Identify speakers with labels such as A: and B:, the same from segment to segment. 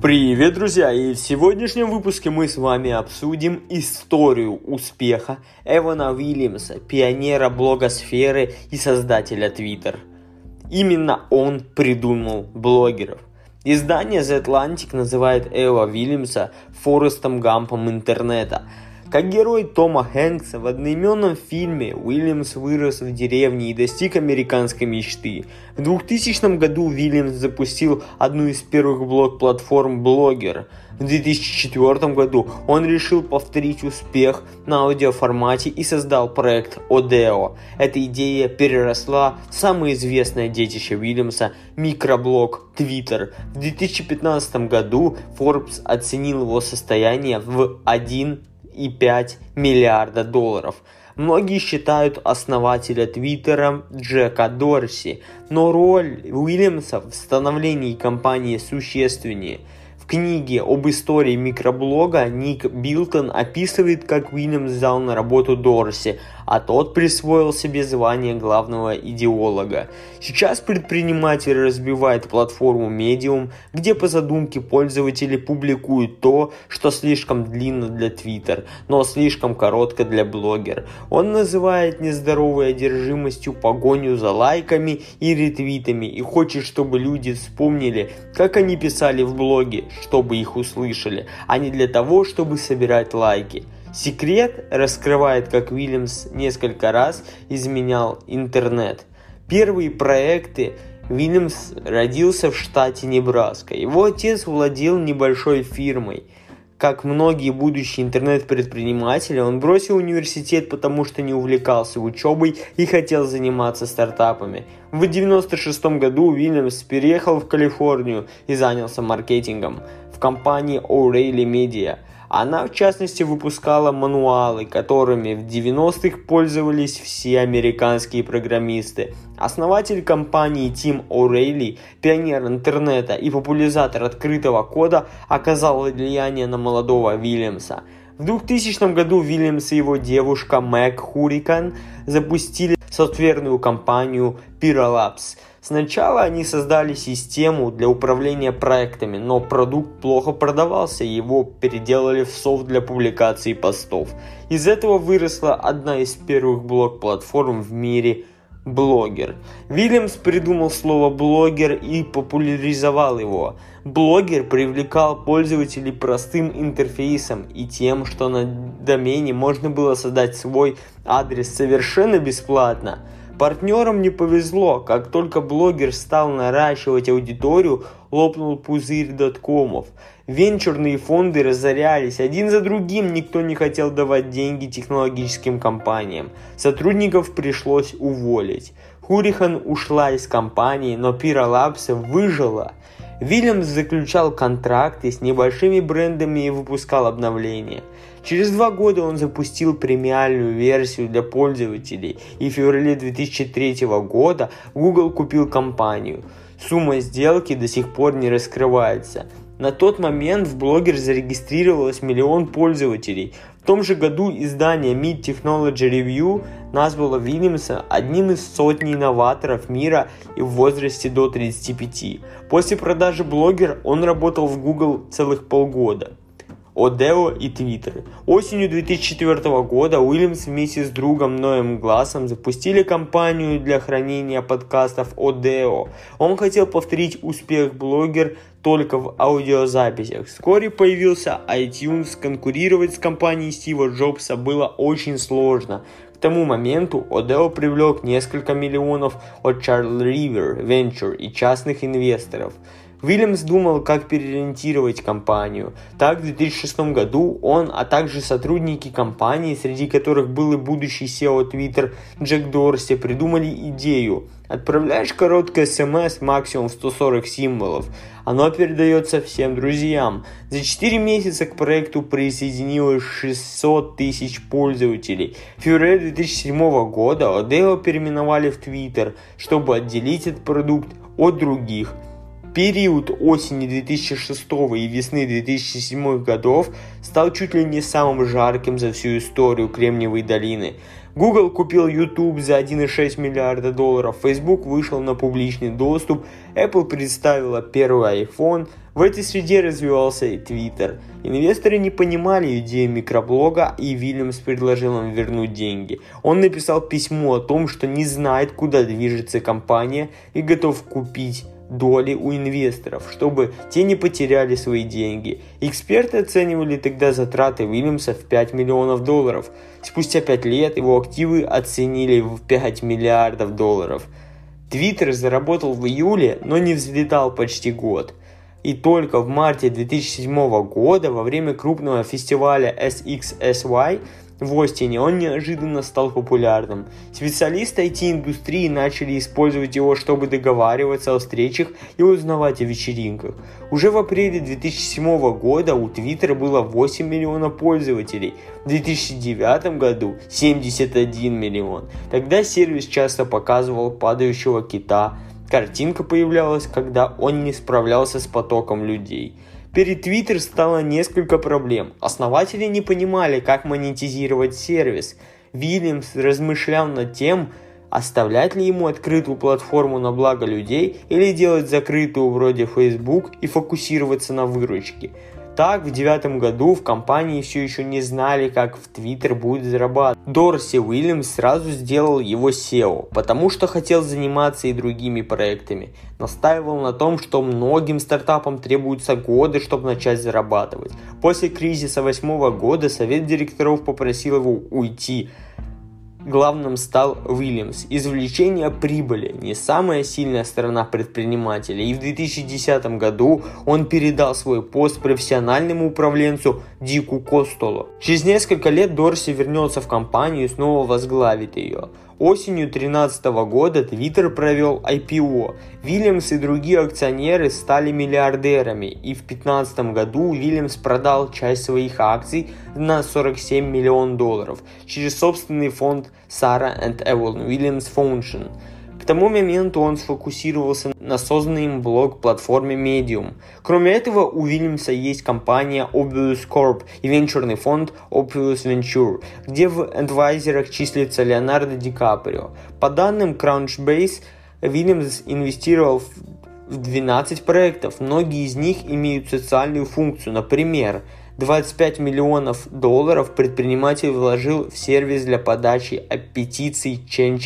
A: Привет, друзья! И в сегодняшнем выпуске мы с вами обсудим историю успеха Эвана Уильямса, пионера блогосферы и создателя Twitter. Именно он придумал блогеров. Издание The Atlantic называет Эва Уильямса Форестом Гампом интернета. Как герой Тома Хэнкса в одноименном фильме Уильямс вырос в деревне и достиг американской мечты. В 2000 году Уильямс запустил одну из первых блог-платформ Blogger. В 2004 году он решил повторить успех на аудиоформате и создал проект Odeo. Эта идея переросла в самое известное детище Уильямса – микроблог Twitter. В 2015 году Forbes оценил его состояние в 1,5 миллиарда долларов. Многие считают основателя Твиттера Джека Дорси, но роль Уильямса в становлении компании существеннее. В книге об истории микроблога Ник Билтон описывает, как Уильямс взял на работу Дорси, а тот присвоил себе звание главного идеолога. Сейчас предприниматель разбивает платформу Medium, где по задумке пользователи публикуют то, что слишком длинно для Twitter, но слишком коротко для блогер. Он называет нездоровой одержимостью погоню за лайками и ретвитами и хочет, чтобы люди вспомнили, как они писали в блоге, чтобы их услышали, а не для того, чтобы собирать лайки. Секрет раскрывает, как Уильямс несколько раз изменял интернет. Первые проекты Уильямс родился в штате Небраска. Его отец владел небольшой фирмой. Как многие будущие интернет-предприниматели, он бросил университет, потому что не увлекался учебой и хотел заниматься стартапами. В 1996 году Уильямс переехал в Калифорнию и занялся маркетингом в компании O'Reilly Media. Она, в частности, выпускала мануалы, которыми в 90-х пользовались все американские программисты. Основатель компании Тим О'Рейли, пионер интернета и популяризатор открытого кода, оказал влияние на молодого Уильямса. В 2000 году Уильямс и его девушка Мэг Хурикан запустили софтверную компанию Pyralabs. Сначала они создали систему для управления проектами, но продукт плохо продавался, и его переделали в софт для публикации постов. Из этого выросла одна из первых блог-платформ в мире – Blogger. Уильямс придумал слово «блогер» и популяризовал его. Блогер привлекал пользователей простым интерфейсом и тем, что на домене можно было создать свой адрес совершенно бесплатно. Партнерам не повезло, как только блогер стал наращивать аудиторию, лопнул пузырь доткомов. Венчурные фонды разорялись, один за другим никто не хотел давать деньги технологическим компаниям. Сотрудников пришлось уволить. Хурикан ушла из компании, но Pyralabs выжила. Уильямс заключал контракты с небольшими брендами и выпускал обновления. Через 2 года он запустил премиальную версию для пользователей, и в феврале 2003 года Google купил компанию. Сумма сделки до сих пор не раскрывается. На тот момент в Blogger зарегистрировалось 1 миллион пользователей. В том же году издание Mid Technology Review назвало Уильямса одним из сотни инноваторов мира и в возрасте до 35. После продажи Blogger он работал в Google целых полгода. Odeo и Twitter. Осенью 2004 года Уильямс вместе с другом Ноем Глассом запустили компанию для хранения подкастов Odeo. Он хотел повторить успех Blogger только в аудиозаписях. Вскоре появился iTunes, конкурировать с компанией Стива Джобса было очень сложно. К тому моменту Odeo привлек несколько миллионов от Charles River Venture и частных инвесторов. Уильямс думал, как переориентировать компанию. Так, в 2006 году он, а также сотрудники компании, среди которых был и будущий SEO Twitter Джек Дорси, придумали идею. Отправляешь короткое смс максимум в 140 символов. Оно передается всем друзьям. За 4 месяца к проекту присоединилось 600 тысяч пользователей. В феврале 2007 года Odeo переименовали в Twitter, чтобы отделить этот продукт от других. Период осени 2006 и весны 2007 годов стал чуть ли не самым жарким за всю историю Кремниевой долины. Google купил YouTube за $1,6 миллиарда, Facebook вышел на публичный доступ, Apple представила первый iPhone, в этой среде развивался и Twitter. Инвесторы не понимали идею микроблога, и Уильямс предложил им вернуть деньги. Он написал письмо о том, что не знает, куда движется компания, и готов купить доли у инвесторов, чтобы те не потеряли свои деньги. Эксперты оценивали тогда затраты Уильямса в $5 миллионов. Спустя 5 лет его активы оценили в $5 миллиардов. Twitter заработал в июле, но не взлетал почти год. И только в марте 2007 года, во время крупного фестиваля SXSY в Остине, он неожиданно стал популярным. Специалисты IT-индустрии начали использовать его, чтобы договариваться о встречах и узнавать о вечеринках. Уже в апреле 2007 года у Twitter было 8 миллионов пользователей, в 2009 году 71 миллион. Тогда сервис часто показывал падающего кита. Картинка появлялась, когда он не справлялся с потоком людей. Перед Twitter стало несколько проблем. Основатели не понимали, как монетизировать сервис. Уильямс размышлял над тем, оставлять ли ему открытую платформу на благо людей или делать закрытую вроде Facebook и фокусироваться на выручке. Так, в 2009 году в компании все еще не знали, как в Twitter будет зарабатывать. Дорси Уильямс сразу сделал его SEO, потому что хотел заниматься и другими проектами. Настаивал на том, что многим стартапам требуются годы, чтобы начать зарабатывать. После кризиса 2008 года совет директоров попросил его уйти. Главным стал Уильямс. Извлечение прибыли – не самая сильная сторона предпринимателя, и в 2010 году он передал свой пост профессиональному управленцу Дику Костолу. Через несколько лет Дорси вернется в компанию и снова возглавит ее. Осенью 2013 года Twitter провел IPO. Уильямс и другие акционеры стали миллиардерами, и в 2015 году Уильямс продал часть своих акций на $47 миллионов через собственный фонд Sarah and Evelyn Williams Foundation. К тому моменту он сфокусировался на созданной им блог-платформе Medium. Кроме этого, у Уильямса есть компания Obvious Corp и венчурный фонд Obvious Venture, где в адвайзерах числится Леонардо Ди Каприо. По данным Crunchbase, Уильямс инвестировал в 12 проектов, многие из них имеют социальную функцию. Например, $25 миллионов предприниматель вложил в сервис для подачи петиций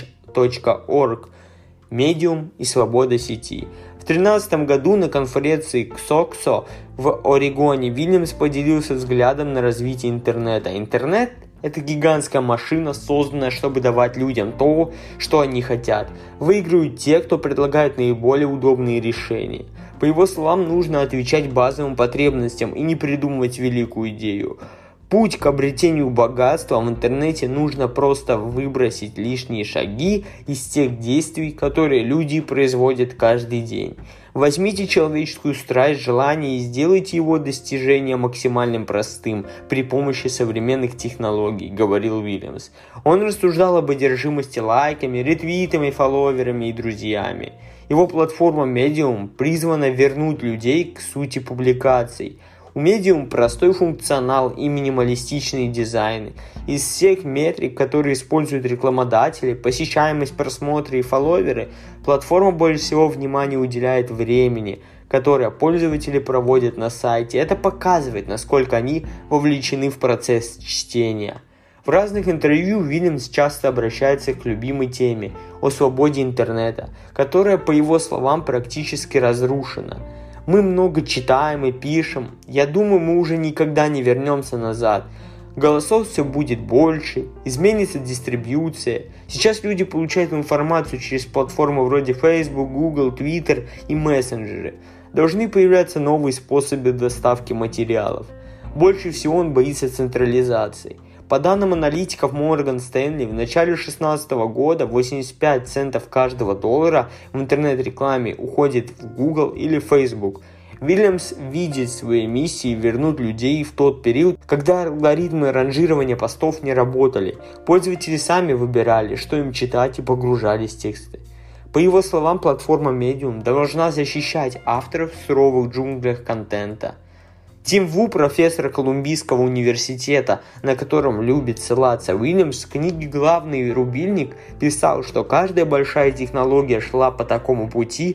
A: Change.org, Medium и Свобода сети. В 2013 году на конференции XOXO в Орегоне Уильямс поделился взглядом на развитие интернета. Интернет – это гигантская машина, созданная, чтобы давать людям то, что они хотят. Выигрывают те, кто предлагает наиболее удобные решения. По его словам, нужно отвечать базовым потребностям и не придумывать великую идею. Путь к обретению богатства в интернете нужно просто выбросить лишние шаги из тех действий, которые люди производят каждый день. Возьмите человеческую страсть, желание и сделайте его достижение максимально простым при помощи современных технологий, говорил Уильямс. Он рассуждал об одержимости лайками, ретвитами, фолловерами и друзьями. Его платформа Medium призвана вернуть людей к сути публикаций. У Medium простой функционал и минималистичные дизайны. Из всех метрик, которые используют рекламодатели, посещаемость, просмотры и фолловеры, платформа больше всего внимания уделяет времени, которое пользователи проводят на сайте. Это показывает, насколько они вовлечены в процесс чтения. В разных интервью Уильямс часто обращается к любимой теме – о свободе интернета, которая, по его словам, практически разрушена. Мы много читаем и пишем. Я думаю, мы уже никогда не вернемся назад. Голосов все будет больше, изменится дистрибьюция. Сейчас люди получают информацию через платформы вроде Facebook, Google, Twitter и мессенджеры. Должны появляться новые способы доставки материалов. Больше всего он боится централизации. По данным аналитиков Morgan Stanley, в начале 2016 года 85 центов каждого доллара в интернет-рекламе уходит в Google или Facebook. Уильямс видит своей миссией вернуть людей в тот период, когда алгоритмы ранжирования постов не работали. Пользователи сами выбирали, что им читать, и погружались в тексты. По его словам, платформа Medium должна защищать авторов в суровых джунглях контента. Тим Ву, профессор Колумбийского университета, на котором любит ссылаться Уильямс, в книге «Главный рубильник» писал, что каждая большая технология шла по такому пути,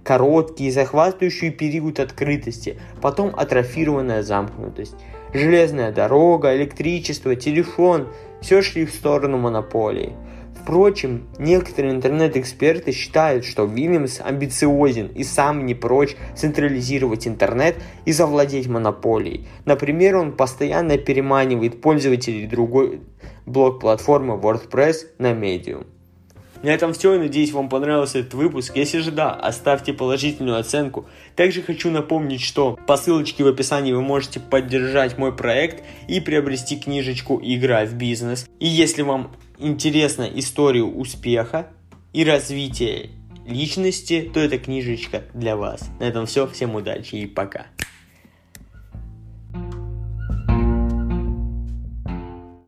A: короткий и захватывающий период открытости, потом атрофированная замкнутость. Железная дорога, электричество, телефон – все шли в сторону монополии. Впрочем, некоторые интернет-эксперты считают, что Вильямс амбициозен и сам не прочь централизировать интернет и завладеть монополией. Например, он постоянно переманивает пользователей другой блог-платформы WordPress на Medium. На этом все, надеюсь, вам понравился этот выпуск. Если же да, оставьте положительную оценку. Также хочу напомнить, что по ссылочке в описании вы можете поддержать мой проект и приобрести книжечку «Игра в бизнес». И если вам интересна история успеха и развития личности, то эта книжечка для вас. На этом все, всем удачи и пока.